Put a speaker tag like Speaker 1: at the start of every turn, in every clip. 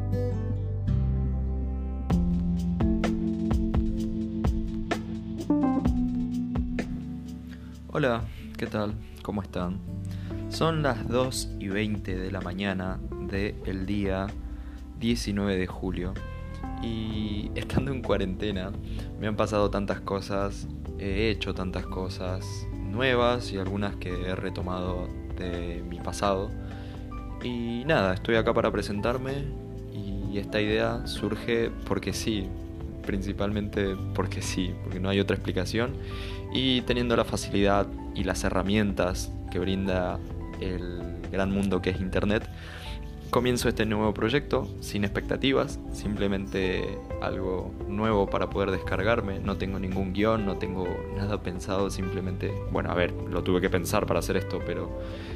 Speaker 1: Hola, ¿qué tal? ¿Cómo están? Son las 2:20 de la mañana del día 19 de julio y estando en cuarentena me han pasado tantas cosas, he hecho tantas cosas nuevas y algunas que he retomado de mi pasado. Y nada, estoy acá para presentarme y esta idea surge porque sí, principalmente porque sí, porque no hay otra explicación. Y teniendo la facilidad y las herramientas que brinda el gran mundo que es Internet, comienzo este nuevo proyecto sin expectativas, simplemente algo nuevo para poder descargarme. No tengo ningún guión, no tengo nada pensado, simplemente, bueno, a ver, lo tuve que pensar para hacer esto, pero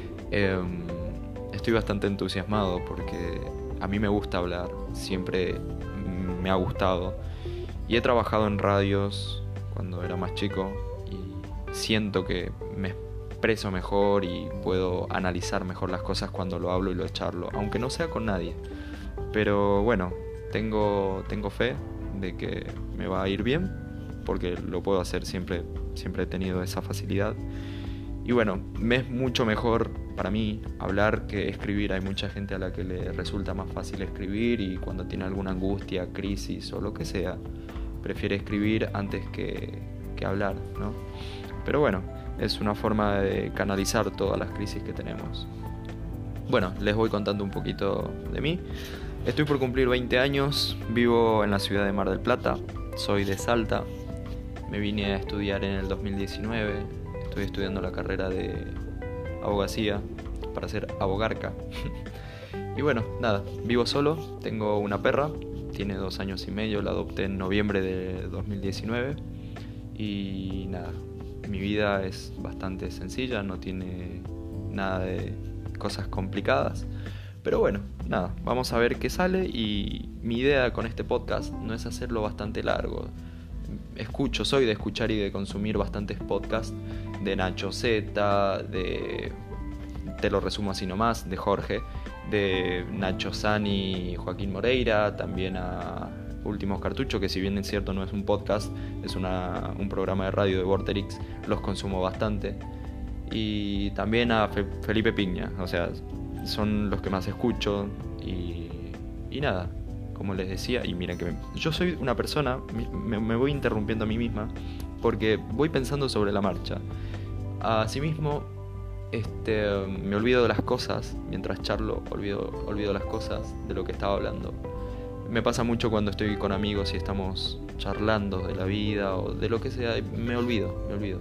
Speaker 1: estoy bastante entusiasmado porque a mí me gusta hablar, siempre me ha gustado y he trabajado en radios cuando era más chico y siento que me expreso mejor y puedo analizar mejor las cosas cuando lo hablo y lo charlo, aunque no sea con nadie. Pero bueno, tengo fe de que me va a ir bien porque lo puedo hacer, siempre he tenido esa facilidad. Y bueno, me es mucho mejor para mí hablar que escribir. Hay mucha gente a la que le resulta más fácil escribir y cuando tiene alguna angustia, crisis o lo que sea, prefiere escribir antes que hablar, ¿no? Pero bueno, es una forma de canalizar todas las crisis que tenemos. Bueno, les voy contando un poquito de mí. Estoy por cumplir 20 años, vivo en la ciudad de Mar del Plata, soy de Salta, me vine a estudiar en el 2019, estoy estudiando la carrera de abogacía para ser abogarca. Y bueno, nada, vivo solo, tengo una perra, tiene 2 años y medio, la adopté en noviembre de 2019 y nada, mi vida es bastante sencilla, no tiene nada de cosas complicadas, pero bueno, nada, vamos a ver qué sale. Y mi idea con este podcast no es hacerlo bastante largo. Soy de escuchar y de consumir bastantes podcasts de Nacho Z, de Te lo resumo así nomás, de Jorge, de Nacho Sani y Joaquín Moreira, también a Últimos Cartuchos, que si bien es cierto no es un podcast, es un programa de radio de Vorterix, los consumo bastante. Y también a Felipe Piña, o sea, son los que más escucho y nada, como les decía, y miren que yo soy una persona, me voy interrumpiendo a mí misma porque voy pensando sobre la marcha. Asimismo, me olvido de las cosas, mientras charlo, olvido las cosas de lo que estaba hablando. Me pasa mucho cuando estoy con amigos y estamos charlando de la vida o de lo que sea, me olvido.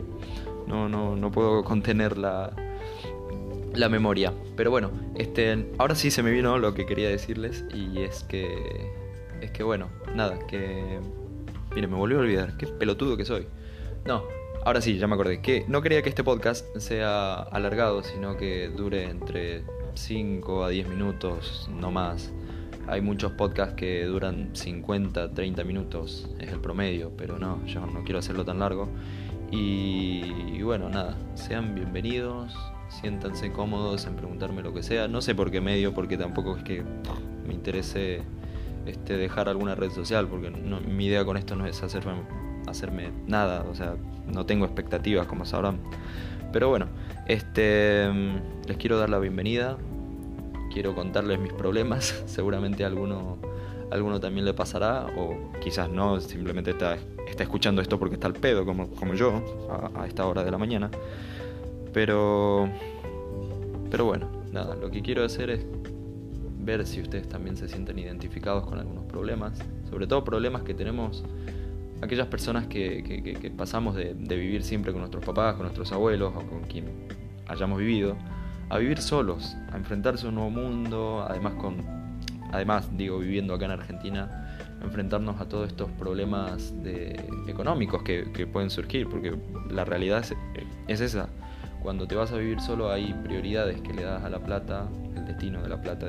Speaker 1: No puedo contener la memoria. Pero bueno, ahora sí se me vino lo que quería decirles y es que bueno, nada, que miren, me volví a olvidar, qué pelotudo que soy. No, ahora sí, ya me acordé, que no quería que este podcast sea alargado, sino que dure entre 5 a 10 minutos, no más. Hay muchos podcasts que duran 50, 30 minutos, es el promedio, pero no, yo no quiero hacerlo tan largo. Y bueno, nada, sean bienvenidos, siéntanse cómodos en preguntarme lo que sea. No sé por qué medio, porque tampoco es que me interese dejar alguna red social, porque mi idea con esto no es hacerme nada, o sea, no tengo expectativas, como sabrán. Pero bueno, les quiero dar la bienvenida, quiero contarles mis problemas, seguramente a alguno también le pasará, o quizás no, simplemente está escuchando esto porque está al pedo, como yo, a esta hora de la mañana. Pero bueno, nada, lo que quiero hacer es ver si ustedes también se sienten identificados con algunos problemas, sobre todo problemas que tenemos aquellas personas que pasamos de vivir siempre con nuestros papás, con nuestros abuelos o con quien hayamos vivido, a vivir solos, a enfrentarse a un nuevo mundo, además viviendo acá en Argentina, enfrentarnos a todos estos problemas económicos que pueden surgir, porque la realidad es esa. Cuando te vas a vivir solo hay prioridades que le das a la plata, el destino de la plata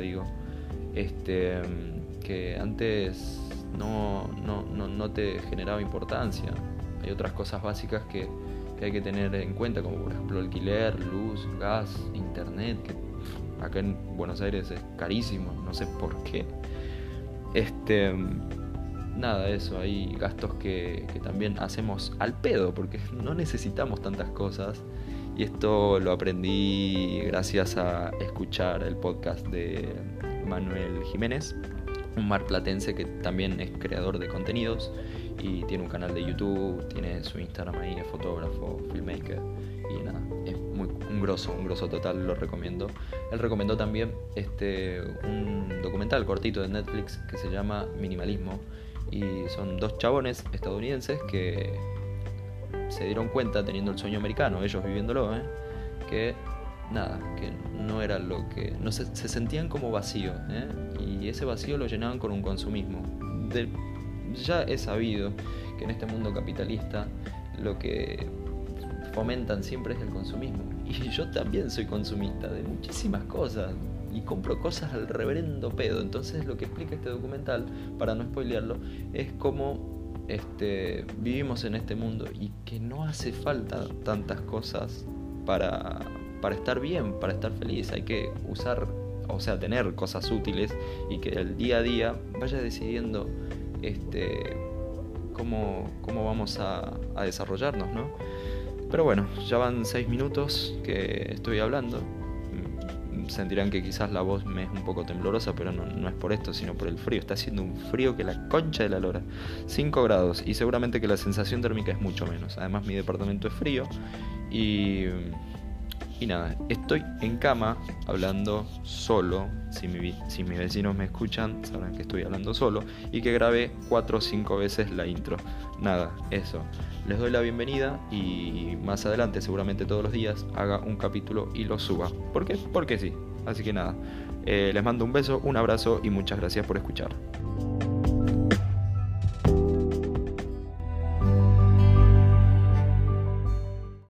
Speaker 1: que antes no te generaba importancia. Hay otras cosas básicas que hay que tener en cuenta, como por ejemplo alquiler, luz, gas, internet, que acá en Buenos Aires es carísimo, no sé por qué. Este, nada, eso, hay gastos que también hacemos al pedo, porque no necesitamos tantas cosas. Y esto lo aprendí gracias a escuchar el podcast de Manuel Jiménez, un marplatense que también es creador de contenidos y tiene un canal de YouTube, tiene su Instagram ahí, es fotógrafo, filmmaker y nada, es un grosso total, lo recomiendo. Él recomendó también un documental cortito de Netflix que se llama Minimalismo y son dos chabones estadounidenses que se dieron cuenta, teniendo el sueño americano, ellos viviéndolo, que nada, que no era lo que... no se sentían como vacío, y ese vacío lo llenaban con un consumismo. Ya he sabido que en este mundo capitalista lo que fomentan siempre es el consumismo. Y yo también soy consumista de muchísimas cosas y compro cosas al reverendo pedo. Entonces lo que explica este documental, para no spoilearlo, es cómo vivimos en este mundo y que no hace falta tantas cosas para estar bien, para estar feliz. Hay que usar, o sea, tener cosas útiles y que el día a día vaya decidiendo cómo vamos a desarrollarnos, ¿no? Pero bueno, ya van 6 minutos que estoy hablando. Sentirán que quizás la voz me es un poco temblorosa, pero no es por esto, sino por el frío. Está haciendo un frío que la concha de la lora. 5 grados y seguramente que la sensación térmica es mucho menos. Además mi departamento es frío y nada, estoy en cama hablando solo. Si mis vecinos me escuchan sabrán que estoy hablando solo y que grabé 4 o 5 veces la intro. Nada, eso. Les doy la bienvenida y más adelante, seguramente todos los días, haga un capítulo y lo suba. ¿Por qué? Porque sí. Así que nada, les mando un beso, un abrazo y muchas gracias por escuchar.